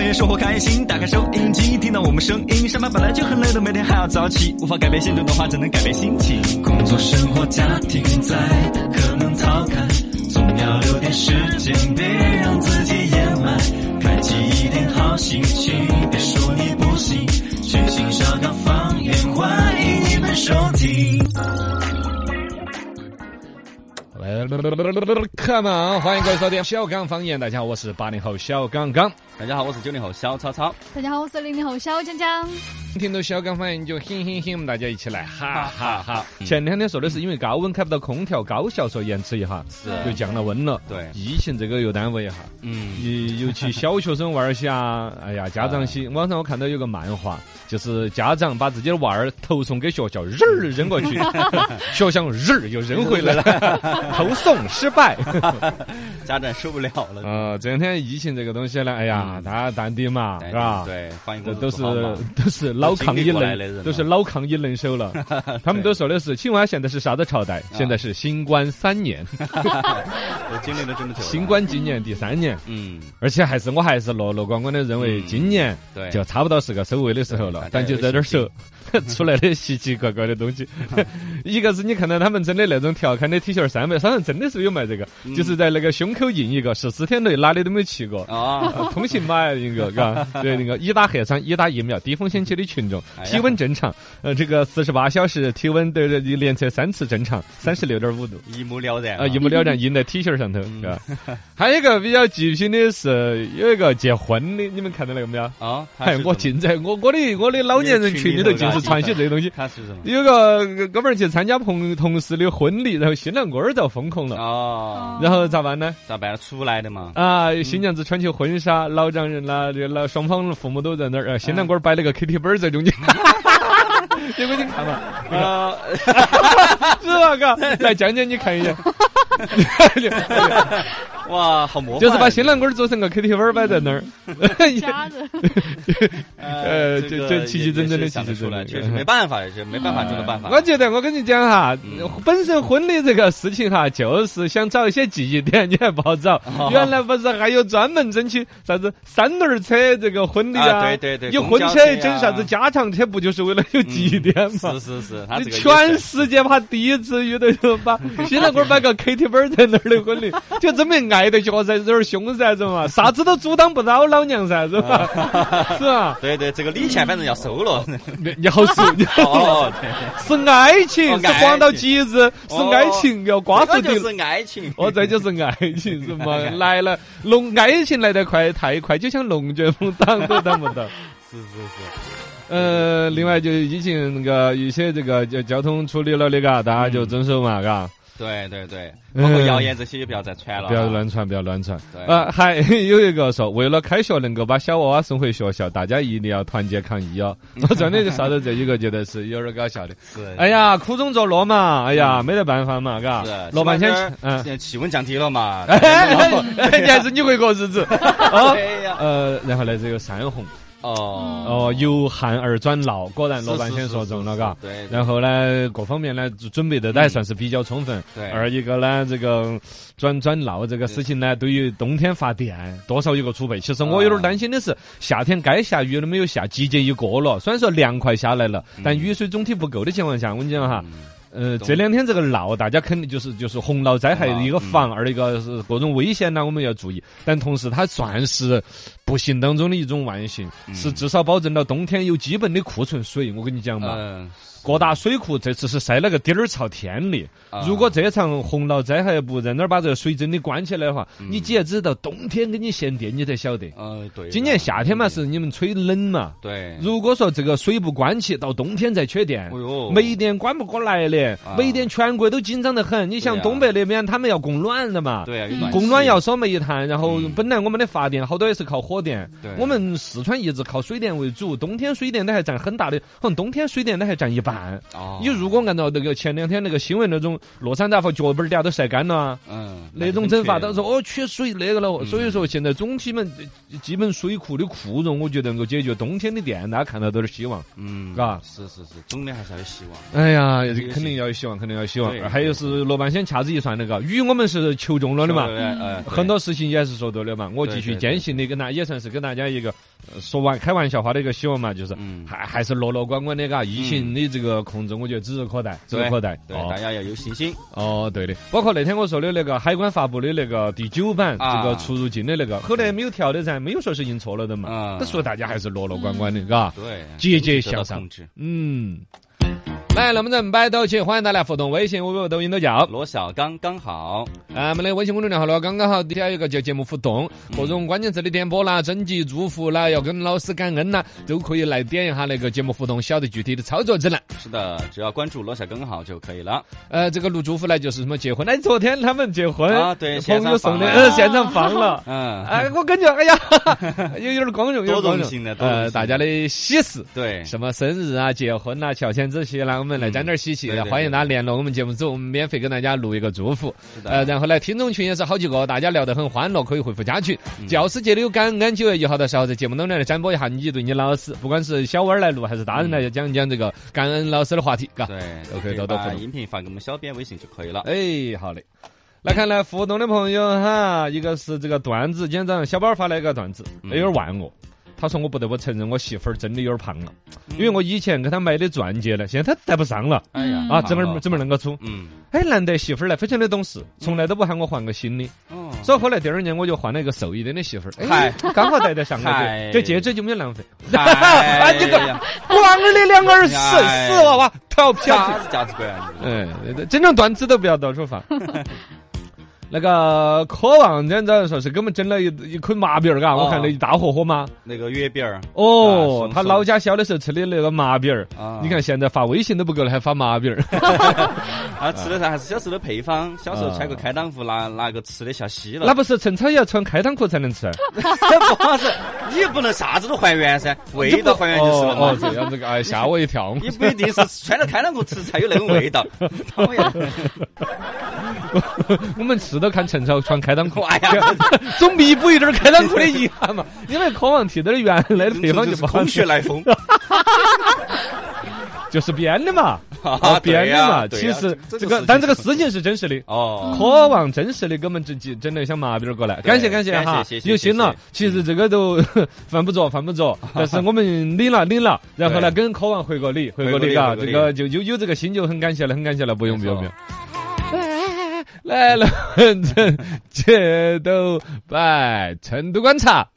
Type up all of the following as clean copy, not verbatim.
天生活开心，打开收音机，听到我们声音。上班本来就很累的，每天还要早起，无法改变现状的话，只能改变心情。工作、生活、家庭在，可能逃开，总要留点时间，别让自己掩埋。开启一点好心情，别说你不行。全新小刚方言，欢迎你们收听。 Come on， 欢迎各位收听小刚方言。大家好，我是80后小刚刚。 大家好，我是90后小曹操。 大家好，我是00后小江江。 听到小刚方言就嘿嘿嘿，我们大家一起来哈哈哈。前两天说的是因为高温开不到空调，高校说延迟一下，就降了温了。 对， 疫情这个又耽误一下。尤其小学生娃儿些啊，哎呀，家长些，网上我看到有个漫画，就是家长把自己的娃儿投送给学校，扔过去，学校又扔回来了，投送失败， 家长受不了了。 这两天疫情这个东西呢，哎呀，大家淡定嘛，是吧？ 对，欢迎都是老抗疫人，都是老抗疫人手了。他们都说的是，请问现在是啥子朝代？现在是新冠3年， 我经历了这么久， 新冠今年第3年，而且我还是乐观的认为，今年就差不多是个收尾的时候了，但就在这儿说出来的奇奇怪怪的东西。一个是你看到他们真的那种调侃的 T 恤300，好像真的是有卖这个，就是在那个胸口印一个14天内哪里都没去过通行码一个，嘎，对那个已打核酸、已打疫苗、低风险区的群众，体温正常，这个48小时体温的连测3次正常，36.5度， 一目了然一目了然印在 T 恤上头，是吧？还有一个比较极品的是有一个结婚的，你们看到那个没有？我尽在我的老年人群里头尽是传些这个东西。 他是什么？ 有个哥们儿去参加同事的婚礼，然后新郎官儿遭封控了。然后咋办呢？ 咋办？出来的嘛。 新娘子穿起婚纱，老丈人啦，这个双方父母都在那儿，新郎官摆了个 KT 本在中间。结果你看嘛，是吧？哥，来讲讲你看一下。 哇，好魔幻！ 就是把新郎官做成个 KT 本摆在那儿， 夹着， 就奇奇真真的奇奇真真， 确实没办法，是没办法中的办法。 我觉得我跟你讲哈，本身婚礼这个事情哈，就是想找一些记忆点，你还不好找。原来不是还有专门争取啥子3轮车这个婚礼啊？ 对， 有婚车整啥子加长车，不就是为了有记忆点嘛？ 是， 你全世界怕第一次遇到就把新郎官摆个 KT 本在那儿的婚礼，就证明爱的脚噻，有点凶噻，是嘛？啥子都阻挡不到老娘噻，是吧？是吧？ 对，这个礼钱反正要收了。 你好收，是爱情，是黄道吉日，是爱情要瓜子的， 就是爱情。 这就是爱情，是嘛？来了，爱情来得快，太快，就像龙卷风，挡都挡不到。 是。 另外就疫情那个一些这个交通处理了的，嘎，大家就遵守嘛，嘎。 对，包括谣言这些也不要再传了， 不要乱传。 对， 还有一个说，为了开学能够把小娃娃送回学校，大家一定要团结抗疫哦。我真的就啥子这一个觉得是有点搞笑的。哎呀，苦中作乐嘛，哎呀，没得办法嘛，嘎。落半天， 现在气温降低了嘛。 你还是你会过日子。然后来这个山洪。由旱而转涝，果然罗半仙说中了，嘎。 对。 然后呢，各方面呢准备的还算是比较充分。 对。 而一个呢，这个转涝这个事情呢，对于冬天发电多少有个储备。其实我有点担心的是，夏天该下雨了没有下，季节一过了，虽然说凉快下来了，但雨水总体不够的情况下，我跟你讲哈。这2天这个涝，大家肯定就是洪涝灾害一个防，而一个是各种危险呢，我们要注意。但同时，它算是不幸当中的一种万幸，是至少保证了冬天有基本的库存水。我跟你讲嘛。各大水库这次是塞了个底儿朝天里，如果这场洪涝灾害不在那儿把这个水真的关起来的话，你既然知道冬天给你限电，你才晓得。 对。 今年夏天嘛是你们吹冷嘛。 对。 如果说这个水不关起，到冬天再缺电，没电关不过来的，没电全国都紧张得很。你想东北那边他们要供暖的嘛？ 对， 供暖要烧煤炭，然后本来我们的发电好多也是靠火电，我们四川一直靠水电为主，冬天水电的还占很大的，好像冬天水电的还占1半。你如果按照那个前2天那个新闻那种乐山大佛脚本底下都晒干了，那种整法，到时候缺水那个了，所以说现在总体们基本水库的库容，我觉得能够解决冬天的电，大家看到都是希望，嘎， 是，总的还是要有希望。 哎呀，肯定要有希望，还有是罗半仙掐指一算那个雨，我们是求中了的嘛，很多事情也是说对了嘛，我继续坚信的跟他也算是给大家一个说完开玩笑话的一个希望嘛，就是还是乐乐观观的，嘎，疫情的这个控制，我觉得指日可待，指日可待。 对，大家要有信心。 哦，对的，包括那天我说的那个海关发布的那个第9版这个出入境的那个，后来没有调的噻，没有说是印错了的嘛，那说大家还是乐乐观观的，嘎， 对， 节节向上。来，那么咱们摆到起，欢迎大家互动，微信、微博、抖音都叫罗小刚刚好。 我们的微信公众号罗刚刚好，底下有一个叫节目互动，各种关键词的点播啦、征集祝福啦、要跟老师感恩啦，都可以来点一下那个节目互动，晓得具体的操作指南。 是的，只要关注罗小刚好就可以了。 这个录祝福呢，就是什么结婚，昨天他们结婚啊，对， 朋友送的，现场放了，我感觉，哎呀，有点光荣， 多荣幸的， 大家的喜事， 对， 什么生日啊、结婚啊、乔迁之喜啦，我们来沾点喜气，欢迎大家联络我们节目组，我们免费给大家录一个祝福。然后呢，听众群也是好几个，大家聊得很欢乐，可以回复加群。教师节的有感恩9月1号的时候，在节目当中来展播一下你对你老师，不管是小娃儿来录还是大人来讲这个感恩老师的话题，嘎， 对， 都可以多把音频发给我们小编微信就可以了。 好嘞。来看来互动的朋友哈，一个是这个段子，今天早上小宝发了一个段子，有点万我。他说我不得不承认我媳妇儿真的有点胖了，因为我以前给她买的钻戒了，现在她戴不上了。 哎呀， 这么能够粗。难得媳妇儿来非常的懂事，从来都不喊我换个新的。所以后来第2年我就换了一个瘦一点的媳妇儿，刚好戴得上了，这戒指就没有浪费。你个光的两个儿死娃娃，逃不啥子价值观？ 这种段子都不要到处发。那个渴望今天早上说是给我们整了一捆麻饼儿，嘎，我看了一大盒嘛。 那个月饼儿。 他老家小的时候吃的那个麻饼儿，你看现在发微信都不够了，还发麻饼儿。 吃的啥还是小时候的配方，小时候穿个开裆裤，拿个吃的下稀了。 那不是陈超要穿开裆裤才能吃？ 不是，你不能啥子都还原噻，味道还原就是了嘛。 这样子个，吓我一跳。 你不一定是穿着开裆裤吃才有那种味道。 我们吃都看陈超穿开裆裤，总弥补一点开裆裤的遗憾嘛。因为渴望提点原来的配方就不好。 空穴来风。 就是编的嘛，编的嘛。其实这个，但这个事情是真实的。渴望真实的给我们整了一箱麻饼过来，感谢哈，有心了。其实这个都犯不着，但是我们领了，然后呢跟渴望回个礼，嘎，这个就有这个心就很感谢了，不用。来了，节都摆成都观察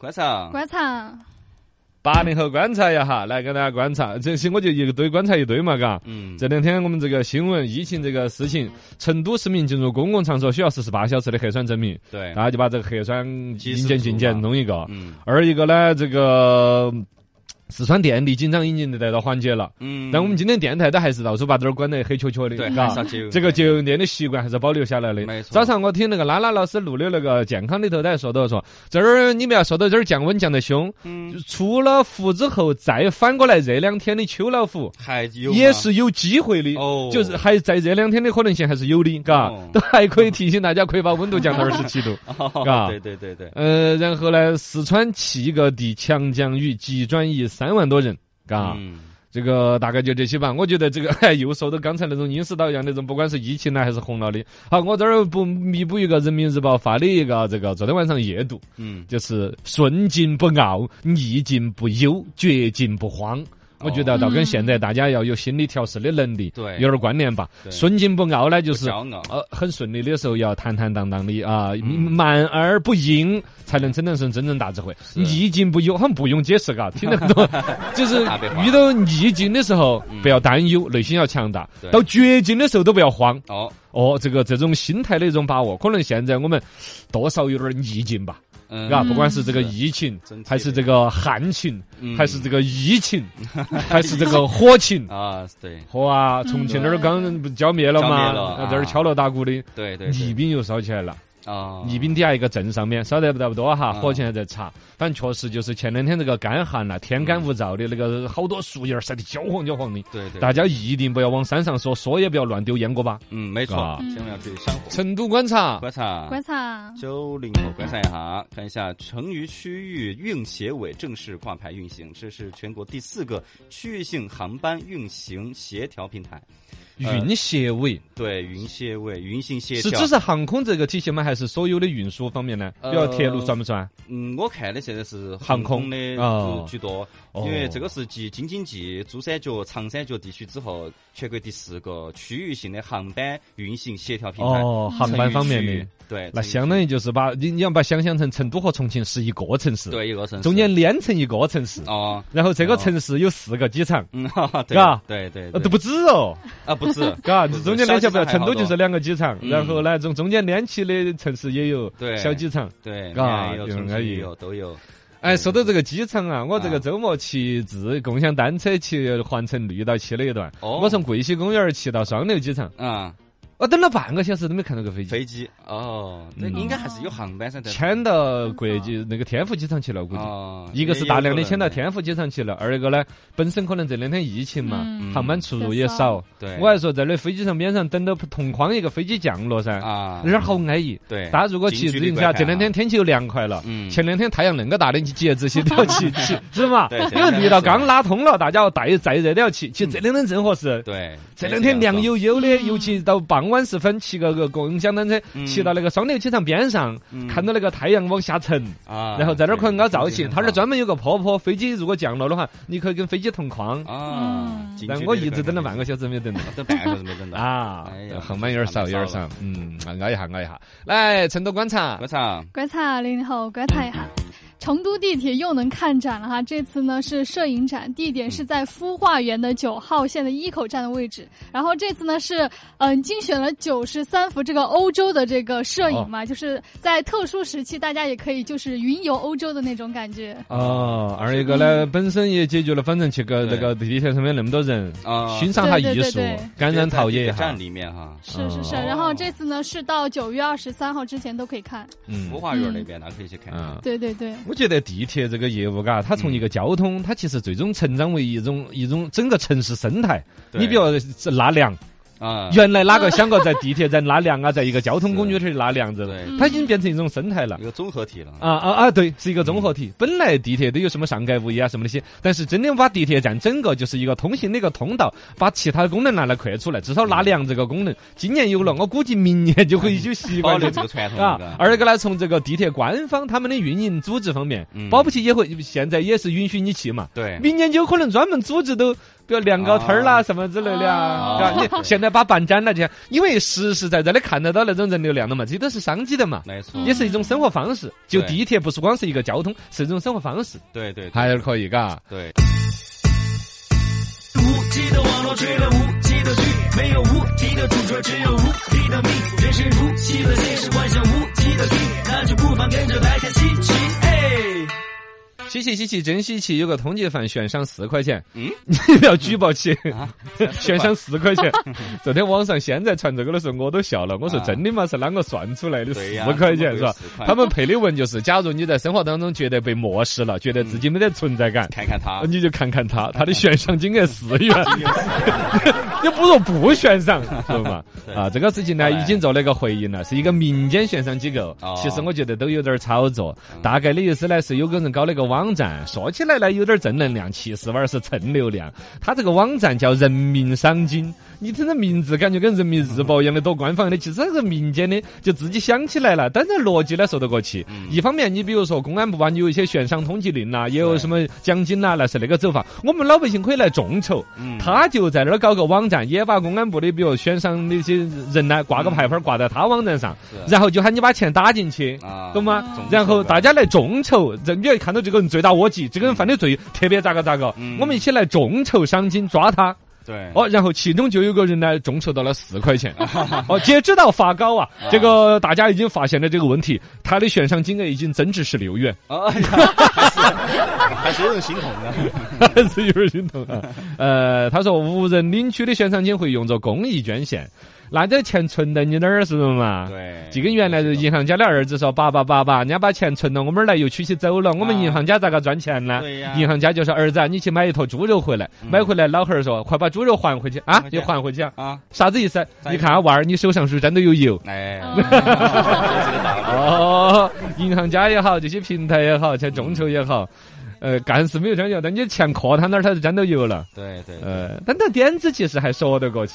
，80后观察一下哈，来跟大家观察，这些我就一堆观察一堆嘛，嘎。这2天我们这个新闻疫情这个事情，成都市民进入公共场所需要48小时的核酸证明，对，然后就把这个核酸硬件弄一个。二一个呢，这个四川电力紧张已经得到缓解了，但我们今天电台都还是到处把这儿关得黑黢黢的， 对， 这个节用电的习惯还是保留下来的。 没错。 早上我听那个拉拉老师录的那个健康里头，他还说这儿你们要说到这儿降温降得凶，出了伏之后再反过来热2天的秋老虎也是有机会的，就是还在热2天的可能性还是有的，嘎，都还可以提醒大家可以把温度降到27度，嘎， 对。 然后呢，四川7个地强降雨，急转移3万多人，嘎，这个大概就这些吧。我觉得这个又说到刚才那种阴世导一样那种，不管是疫情呢还是洪涝的。好，我这儿不弥补一个人民日报发的一个这个昨天晚上夜读，就是顺境不傲，逆境不忧，绝境不慌。我觉得倒跟现在大家要有心理调试的能力， 对， 有点关联吧。顺境不傲呢，就是很顺利的时候要坦坦荡荡的啊，慢而不硬，才能真正是真正大智慧。逆境不忧，好像不用解释嘎，听得懂。就是遇到逆境的时候，不要担忧，内心要强大；到绝境的时候都不要慌。这种心态的一种把握，可能现在我们多少有点逆境吧。不管是这个疫情，还是这个旱情，还是这个疫情，还是这个火情啊，对， 重庆那儿刚不浇灭了嘛，这儿敲锣打鼓的， 对， 宜宾又烧起来了。宜宾底下一个镇上面烧得不多哈，火情还在查，反正确实就是前2天这个干旱了，天干物燥的那个好多树叶晒得焦黄的。对，大家一定不要往山上说也不要乱丢烟锅巴。 没错，千万要注意山火。 成都观察 90后观察一下，看一下成渝区域运协委正式挂牌运行，这是全国第4个区域性航班运行协调平台。 运协委， 对，运协委运行协调是只是航空这个体系吗？还是所有的运输方面呢？比如铁路算不算？ 我看的现在是航空的居多，因为这个是继京津冀、珠三角、长三角地区之后，全国第4个区域性的航班运行协调平台。 航班方面的。 对， 那相当于就是把你要把想象成成都和重庆是一个城市， 对，一个城市， 中间连成一个城市然后这个城市有4个机场， 嘎，对， 都不止哦， 不止， 嘎，中间连起来，成都就是2个机场，然后呢，中间连起的城市也有小机场， 对， 嘎， 也有都有。 哎，说到这个机场啊，我这个周末骑共享单车骑环城绿道骑了一段，我从桂溪公园骑到双流机场，我等了半个小时都没看到个飞机。 那应该还是有航班噻。 迁到国际那个天府机场去了，估计。一个是大量的迁到天府机场去了，二一个呢，本身可能这2天疫情嘛，航班出入也少。 对， 我还说在那飞机场边上等到同框一个飞机降落噻，那儿好安逸。 对， 大家如果骑自行车，这2天天气又凉快了，前2天太阳那个大的，你节制些都要骑，是嘛？因为绿道刚拉通了，大家再热都要骑，其实这2天正合适。 对， 这2天凉悠悠的，尤其到傍晚时分，骑个共享单车，骑到那个双流机场边上，看到那个太阳往下沉，然后在那儿可以凹造型，它那专门有个坡，飞机如果降落的话，你可以跟飞机同框。但我一直等了半个小时没等到， 等半个小时没等到航班有点少，挨一下。来，成都观察 ，00后观察一下。成都地铁又能看展了哈，这次呢是摄影展，地点是在孵化园的9号线的一口站的位置。然后这次呢是精选了93幅这个欧洲的这个摄影嘛，就是在特殊时期大家也可以就是云游欧洲的那种感觉。 二一个呢本身也解决了，反正去个那个地铁上面那么多人，欣赏下艺术，感染陶冶一下。 站里面哈， 是。然后这次呢是到9月23号之前都可以看。 孵化园那边那可以去看。 对。 我觉得地铁这个业务，它从一个交通，它其实最终成长为一种整个城市生态。你比如纳凉。原来哪个想过在地铁站纳凉啊，在一个交通工具上纳凉子，它已经变成一种生态了， 一个综合体了。 对，是一个综合体。本来地铁都有什么上盖物业啊什么那些，但是真的把地铁站整个就是一个通行的一个通道，把其他的功能拿来扩出来，至少纳凉这个功能，今年有了，我估计明年就会有习惯了这个传统二个呢，从这个地铁官方他们的运营组织方面，保不齐也会现在也是允许你去嘛， 对， 明年就有可能专门组织都。比如晾个摊儿啦，什么之类的啊，你现在把办展了这样，因为实实在在的看得到那种人流量的嘛，这都是商机的嘛， 没错， 也是一种生活方式。就地铁不是光是一个交通，是一种生活方式。 对， 还是可以，嘎。 对。 无极的网络追了无极的剧，没有无敌的主角，只有无敌的命。人生如戏的现实，幻想无极的地，那就不妨跟着来看稀奇。 稀奇，真稀奇！有个通缉犯悬赏4块钱，你要举报起，悬赏4块钱。昨天网上现在传这个的时候，我都笑了。我说真的吗？是啷个算出来的4块钱是吧？他们配的文就是：假如你在生活当中觉得被漠视了，觉得自己没得存在感， 看看他， 你就看看他的悬赏金额4元，你不如不悬赏，是吧？这个事情呢，已经做了一个回应了，是一个民间悬赏机构。其实我觉得都有点炒作，大概的意思呢是有个人搞了一个网站，说起来呢有点正能量，其实玩是蹭流量。他这个网站叫人民赏金，你听这名字感觉跟人民日报一样的多官方的，其实这个民间的就自己想起来了，但是逻辑呢说得过去。一方面你比如说公安部啊，你有一些悬赏通缉令啊，也有什么奖金啊，那是那个走法，我们老百姓可以来众筹。他就在那儿搞个网站，也把公安部的比如悬赏那些人呢挂个牌牌挂在他网站上，然后就喊你把钱打进去，懂吗？然后大家来众筹，你要看到这个人罪大恶极，这个人犯的罪特别咋个，我们一起来众筹赏金抓他。 对， 然后其中就有个人呢众筹到了4块钱。截止到发稿这个大家已经发现了这个问题，他的悬赏金额已经增至16元。 还是有人心痛的， 还是有人心痛他说无人领取的悬赏金会用作公益捐献。那这钱存在你那儿是不是嘛？ 对， 就跟原来银行家的儿子说：“爸，人家把钱存到我们那儿又取起走了，我们银行家咋个赚钱呢？”银行家就说：“儿子，你去买一坨猪肉回来，买回来老汉儿说：快把猪肉还回去啊！又还回去啊！啥子意思？你看娃儿，你手上是真的有油。”银行家也好，这些平台也好，像众筹也好。干事没有这样，但你钱磕他那儿，他是真的有了。 对。 但点子其实还说得过去。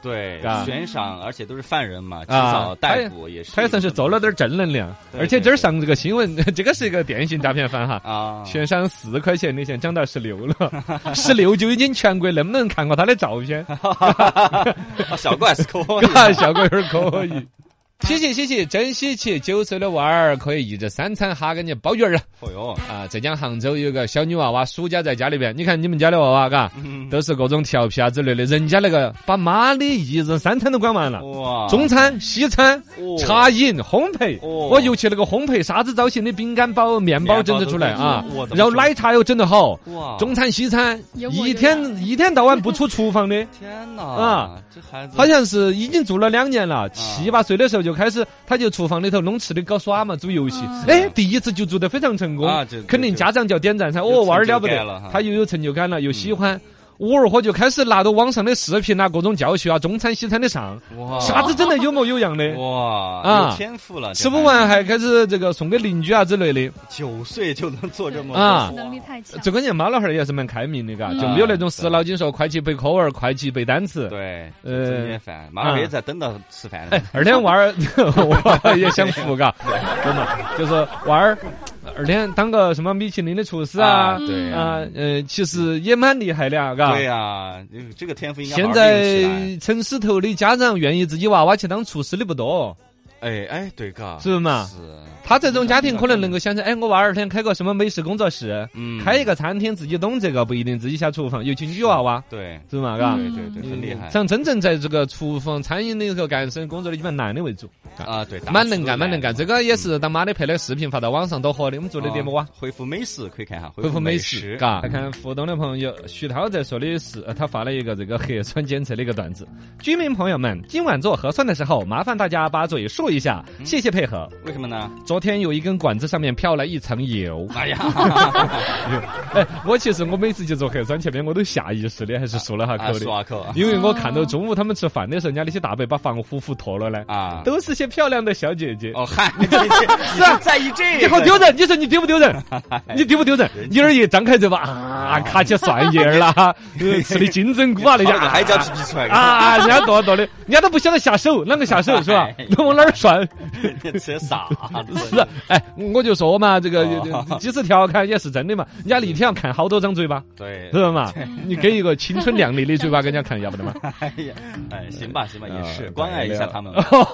对嘎， 悬赏，而且都是犯人嘛，及啊早逮捕也是。 他也算是做了点正能量。 对而且这儿上这个新闻，这个是一个电信诈骗犯哈。 啊， 悬赏4块钱，你现在涨到16了，16就已经全国能不能看过他的照片？ 效果还是可以。 效果有点可以。稀奇，真稀奇！9岁的娃儿可以一日3餐哈给你包圆儿哦哟， 啊！浙江杭州有个小女娃娃，暑假在家里边，你看你们家的娃娃，嘎，都是各种调皮啊之类的，人家那个把妈的一日3餐都管完了。 哇， 中餐、西餐、茶饮、烘焙， 哦尤其那个烘焙，啥子造型的饼干包、面包整得出来啊哇！ 然后奶茶又整得好， 哇， 中餐、西餐， 有一天到晚不出厨房的。 天哪啊， 这孩子好像是已经做了2年了，7、8岁的时候就开始，他就厨房里头弄吃的搞耍嘛，做游戏。哎，第一次就做得非常成功啊， 肯定家长就要点赞噻。娃儿了不得，他又有成就感了，又喜欢。窝儿伙就开始拿到网上的视频啊，各种教学啊，中餐西餐的上， 哇， 啥子整得有模有样的， 哇啊， 有天赋了， 吃不完还开始这个送给邻居啊之类的。 9岁就能做这么啊能力太强。 这个年妈老汉儿也是蛮开明的，嘎，就没有那种死脑筋说快去背课文，快去背单词。 对，吃点饭，妈妈也在等到吃饭。 哎，2天娃儿我也想服，嘎，真的就是娃儿2天当个什么米其林的厨师啊， 对啊，其实也蛮厉害的啊，嘎。 对呀，这个天赋应该现在城市头的家长愿意自己娃娃去当厨师的不多。 哎，对嘎， 是不是嘛？ 是。 他这种家庭可能能够想着，哎，我娃儿天开个什么美食工作室，开一个餐厅，自己懂这个，不一定自己下厨房，尤其女娃娃， 对， 是嘛？嘎， 对，很厉害。 像真正在这个厨房、餐饮的这个干生工作的，一般男的为主啊，对， 蛮能干。这个也是当妈的拍了视频发到网上多火的。我们做的节目啊， 回复美食可以看哈， 回复美食，嘎。来看互动的朋友，徐涛在说的是，他发了一个这个核酸检测的一个段子。居民朋友们，今晚做核酸的时候，麻烦大家把嘴漱一下，谢谢配合。 为什么呢？ 昨天有一根管子上面飘了一层油。 哎呀， 哎，其实我每次去做核酸前面，我都下意识的还是漱了下口的， 漱下口， 因为我看到中午他们吃饭的时候，人家那些大伯把防护服脱了呢，啊，都是些漂亮的小姐姐。 哦嗨，你在意这个？ 你好丢人！你说你丢不丢人？你丢不丢人？你儿一张开嘴巴啊，卡起蒜叶儿啦，吃的金针菇啊那些， 还叫皮皮出来啊，人家多的，人家都不晓得下手，啷个下手是吧？往哪儿涮？ 吃啥？ 是，哎，我就说嘛，这个即使调侃也是真的嘛。人家一天要看好多张嘴巴， 对， 是吧嘛？你给一个青春靓丽的嘴巴给人家看，要不得吗？ 哎呀，哎，行吧，也是关爱一下他们。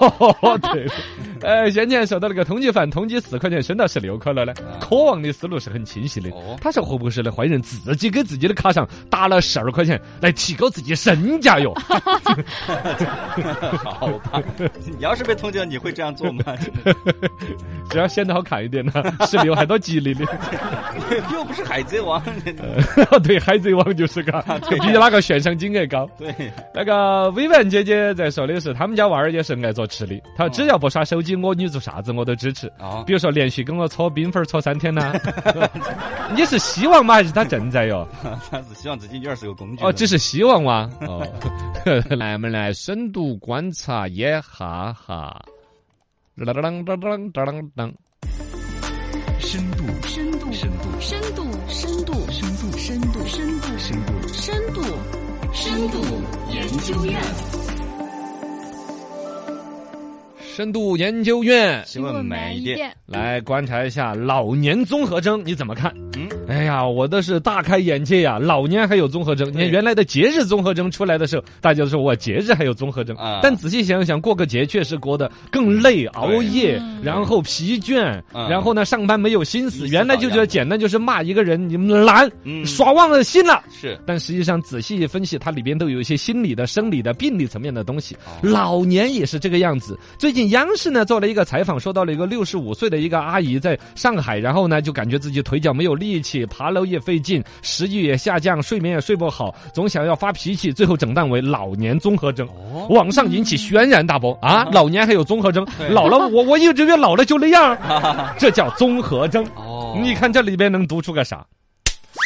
对，先前说到那个通缉犯，通缉4块钱升到16块了呢。科王的思路是很清晰的，他说会不会是那坏人自己给自己的卡上打了12块钱来提高自己身价哟？ 好吧，你要是被通缉了，你会这样做吗？ 只要显得好看一点呢，16还多吉利的， 又不是海贼王。 对，海贼王就是个，比那个悬赏金额高。 对， 那个薇薇姐姐在说的是，他们家娃儿也是爱做吃的，他只要不耍手机，我女做啥子我都支持。比如说连续跟我搓冰粉搓3天呢。你是希望吗？还是他正在哟？ 他是希望自己女儿是个工具。 哦，只是希望吗？哦，来，我们来深度观察一下哈。当当当当当当。 深度研究院。 深度研究院， 新闻慢一点， 来观察一下老年综合征，你怎么看？哎呀，我都是大开眼界呀！老年还有综合征，你看原来的节日综合征出来的时候，大家都说我节日还有综合征，但仔细想想，过个节确实过得更累，熬夜，然后疲倦，然后呢上班没有心思。原来就觉得简单就是骂一个人你们懒，耍忘了心了。 是， 但实际上仔细分析，它里边都有一些心理的、生理的、病理层面的东西。老年也是这个样子。最近央视呢做了一个采访，说到了一个65岁的一个阿姨在上海，然后呢就感觉自己腿脚没有力气，爬楼也费劲，食欲也下降，睡眠也睡不好，总想要发脾气，最后诊断为老年综合征。网上引起轩然大波啊！老年还有综合征，老了我一直以为老了就那样，这叫综合征。你看这里边能读出个啥？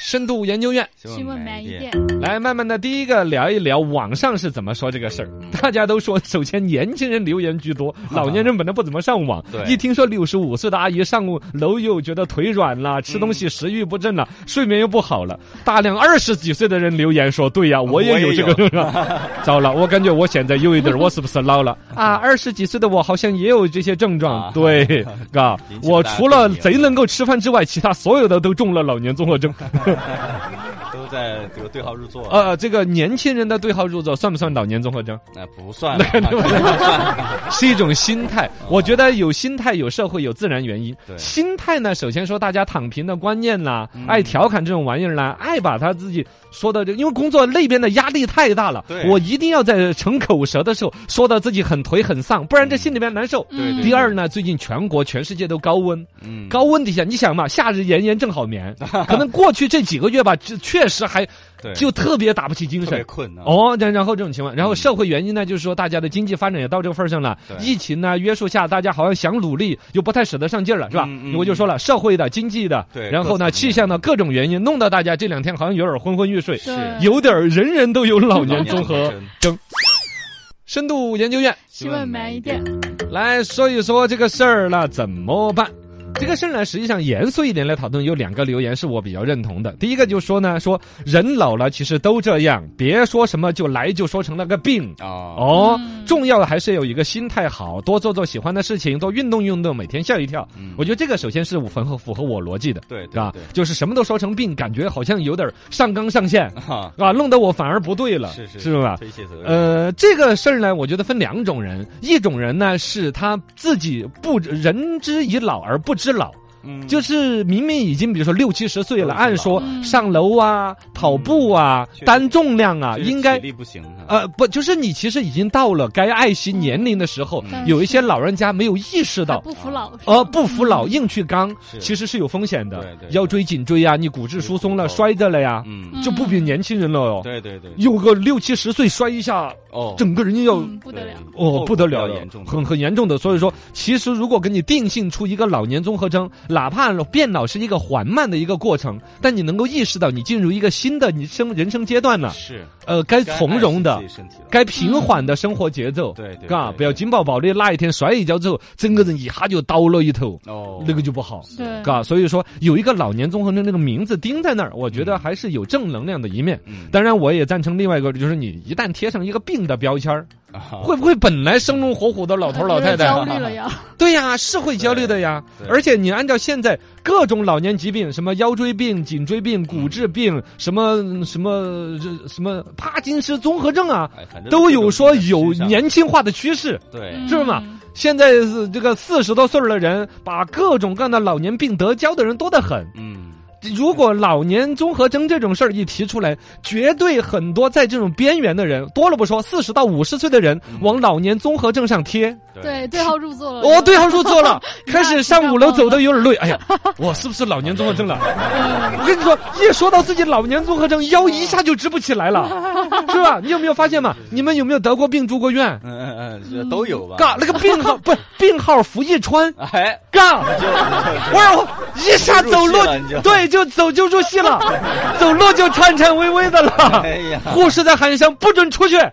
深度研究院， 新闻慢一点。 来慢慢的第一个聊一聊网上是怎么说这个事儿。大家都说，首先年轻人留言居多，老年人本来不怎么上网， 对， 一听说65岁的阿姨上楼又觉得腿软了，吃东西食欲不振了，睡眠又不好了，大量20几岁的人留言说，对呀，我也有这个症状。糟了，我感觉我现在有一点，我是不是老了啊？20几岁的我好像也有这些症状，对，嘎，我除了贼能够吃饭之外，其他所有的都中了老年综合症。 都在这个对号入座。 这个年轻人的对号入座算不算老年综合征？ 不算， 是一种心态。我觉得有心态、有社会、有自然原因。心态呢，首先说大家躺平的观念啦，爱调侃这种玩意儿啦，爱把他自己说的，因为工作那边的压力太大了，我一定要在逞口舌的时候说到自己很颓很丧，不然这心里面难受。第二呢，最近全世界都高温，高温底下你想嘛，夏日炎炎正好眠，可能过去这几个月吧，确实还就特别打不起精神， 特别困然后这种情况，然后社会原因呢，就是说大家的经济发展也到这个份上了，疫情呢约束下，大家好像想努力又不太使得上劲儿了，是吧？我就说了，社会的、经济的，然后呢气象的各种原因，弄得大家这2天好像有点昏昏欲睡，有点人人都有老年综合征。深度研究院， 新闻慢一点， 来说一说这个事儿了，怎么办？这个事儿呢，实际上严肃一点来讨论，有2个留言是我比较认同的。第一个就说呢，说人老了其实都这样，别说什么就说成了个病重要的还是有一个心态好，多做喜欢的事情，多运动，每天笑一跳。我觉得这个首先是符合我逻辑的， 对吧？就是什么都说成病，感觉好像有点上纲上线弄得我反而不对了，是吧？ 推卸责任。 这个事儿呢，我觉得分2种人，一种人呢是他自己人之已老而不知老。就是明明已经比如说60、70岁了，按说上楼啊、跑步啊、担重量啊，应该体力不行不，就是你其实已经到了该爱惜年龄的时候，有一些老人家没有意识到不服老， 不服老硬去刚，其实是有风险的，腰椎颈椎啊，你骨质疏松了摔着了呀，就不比年轻人了哟。 对， 有个60、70岁摔一下，整个人要不得了不得了，很严重的。所以说，其实如果给你定性出一个老年综合征，哪怕变老是一个缓慢的一个过程，但你能够意识到你进入一个新的人生阶段了，该从容的，该平缓的生活节奏， 对， 不要紧抱抱的哪一天摔一跤之后，整个人一下就倒了一头，那个就不好，所以说有一个老年综合征那个名字钉在那儿，我觉得还是有正能量的一面。当然，我也赞成另外一个，就是你一旦贴上一个病的标签儿。会不会本来生龙活虎的老头老太太焦虑了呀？ 对呀，是会焦虑的呀。而且你按照现在各种老年疾病，什么腰椎病、颈椎病、骨质病，什么帕金斯综合症啊，都有说有年轻化的趋势，是吗？现在这个40多岁的人，把各种各样的老年病得交的人多得很。如果老年综合征这种事儿一提出来，绝对很多在这种边缘的人多了不说，40到50岁的人往老年综合征上贴， 对号入座了。 对号入座了，开始上5楼走的有点累。哎呀，我是不是老年综合征了？我跟你说，一说到自己老年综合征，腰一下就直不起来了，是吧？你有没有发现嘛？你们有没有得过病住过院？ 都有吧。 那个病号不病号符一穿，我一下走路就走就入戏了，走路就颤颤巍巍的了。护士在喊声不准出去，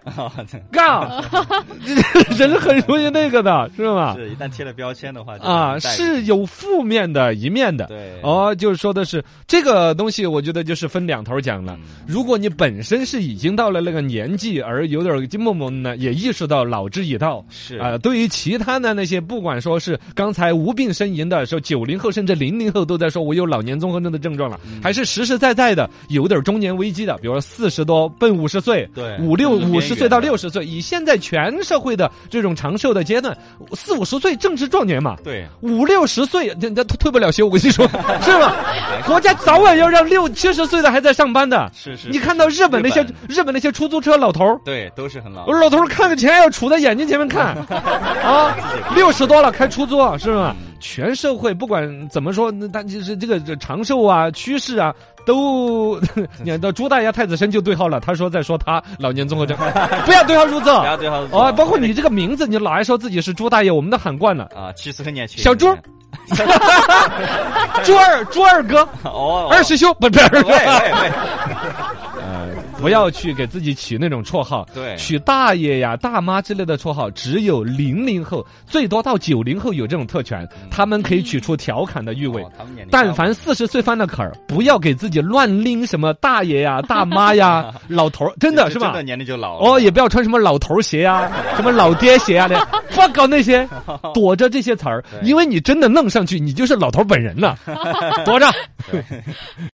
人很容易那个的，是吗？ 是，一旦贴了标签的话， 是有负面的一面的。就是说的是这个东西，我觉得就是分2头讲了。如果你本身是已经到了那个年纪，而有点金梦梦呢，也意识到老之已到，对于其他的那些，不管说是刚才无病呻吟的时候，90后甚至00后都在说我有老年综合征的症状了，还是实实在在的有点中年危机的，比如说40多奔50岁，50岁到60岁，以现在全社会的这种长寿的阶段，40、50岁正值壮年嘛，50、60岁那退不了休，我跟你说，是吧？国家早晚要让60、70岁的还在上班的。 是。 你看到日本那些出租车老头， 都是很老。 老头看个钱要杵在眼睛前面看，60多了开出租，是吧？全社会不管怎么说，但就是这个长寿啊、趋势啊，都你看到朱大爷太子参就对号了，他说在说他老年综合征，不要对号入座， 不要对号入座。 包括你这个名字，你老爱说自己是朱大爷，我们都喊惯了其实很年轻。 小朱， 朱二哥， 哦， 二师兄，不是二哥。 喂， 不要去给自己起那种绰号， 对取大爷呀、大妈之类的绰号，只有00后，最多到90后有这种特权，他们可以取出调侃的意味。 他们年龄但凡40岁翻了坎儿，不要给自己乱拎什么大爷呀、大妈呀、老头儿，真的是吧？ 真的年龄就老了。 哦，也不要穿什么老头鞋啊，什么老爹鞋啊的，不要搞那些，躲着这些词儿，因为你真的弄上去，你就是老头本人了，躲着。